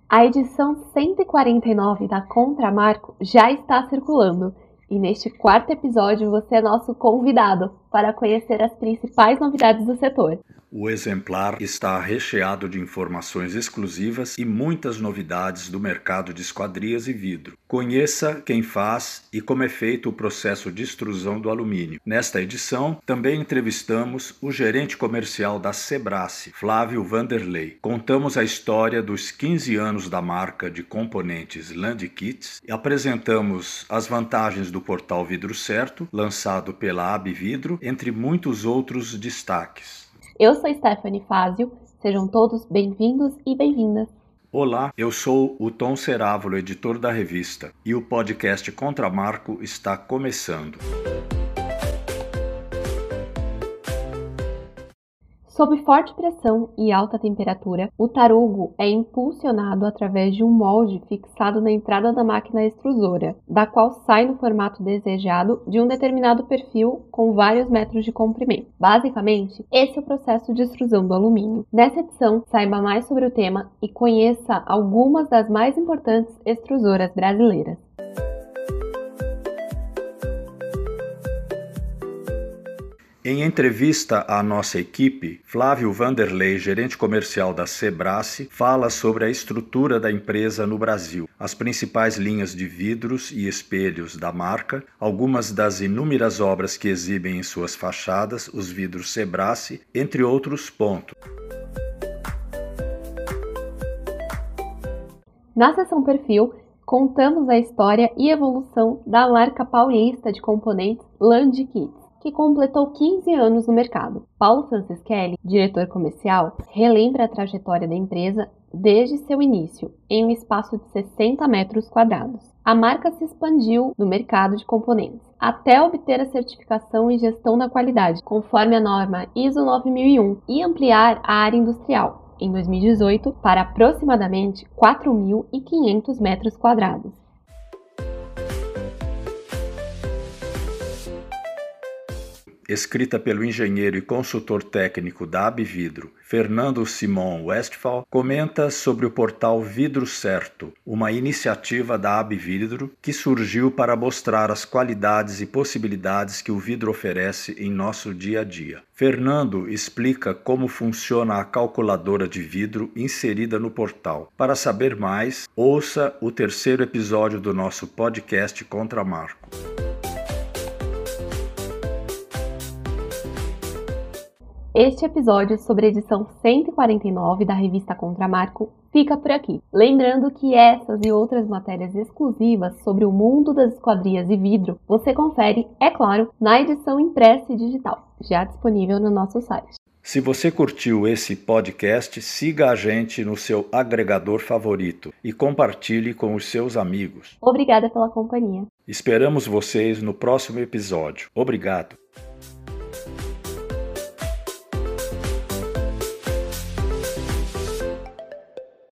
A edição 149 da Contramarco já está circulando e neste quarto episódio você é nosso convidado para conhecer as principais novidades do setor. O exemplar está recheado de informações exclusivas e muitas novidades do mercado de esquadrias e vidro. Conheça quem faz e como é feito o processo de extrusão do alumínio. Nesta edição, também entrevistamos o gerente comercial da Sebrace, Flávio Vanderlei. Contamos a história dos 15 anos da marca de componentes Land Kits e apresentamos as vantagens do portal Vidro Certo, lançado pela Abvidro, entre muitos outros destaques. Eu sou Stephanie Fázio, sejam todos bem-vindos e bem-vindas. Olá, eu sou o Tom Cerávulo, editor da revista, e o podcast Contramarco está começando. Sob forte pressão e alta temperatura, o tarugo é impulsionado através de um molde fixado na entrada da máquina extrusora, da qual sai no formato desejado de um determinado perfil com vários metros de comprimento. Basicamente, esse é o processo de extrusão do alumínio. Nessa edição, saiba mais sobre o tema e conheça algumas das mais importantes extrusoras brasileiras. Em entrevista à nossa equipe, Flávio Vanderlei, gerente comercial da Sebrace, fala sobre a estrutura da empresa no Brasil, as principais linhas de vidros e espelhos da marca, algumas das inúmeras obras que exibem em suas fachadas os vidros Sebrace, entre outros pontos. Na seção Perfil, contamos a história e evolução da marca paulista de componentes Land Kits, que completou 15 anos no mercado. Paulo Francischelli, diretor comercial, relembra a trajetória da empresa desde seu início, em um espaço de 60 metros quadrados. A marca se expandiu no mercado de componentes, até obter a certificação em gestão da qualidade, conforme a norma ISO 9001, e ampliar a área industrial, em 2018, para aproximadamente 4.500 metros quadrados. Escrita pelo engenheiro e consultor técnico da Abvidro, Fernando Simon Westphal, comenta sobre o portal Vidro Certo, uma iniciativa da Abvidro que surgiu para mostrar as qualidades e possibilidades que o vidro oferece em nosso dia a dia. Fernando explica como funciona a calculadora de vidro inserida no portal. Para saber mais, ouça o terceiro episódio do nosso podcast Contramarco. Este episódio sobre a edição 149 da revista Contramarco fica por aqui. Lembrando que essas e outras matérias exclusivas sobre o mundo das esquadrias e vidro você confere, é claro, na edição impressa e digital, já disponível no nosso site. Se você curtiu esse podcast, siga a gente no seu agregador favorito e compartilhe com os seus amigos. Obrigada pela companhia. Esperamos vocês no próximo episódio. Obrigado!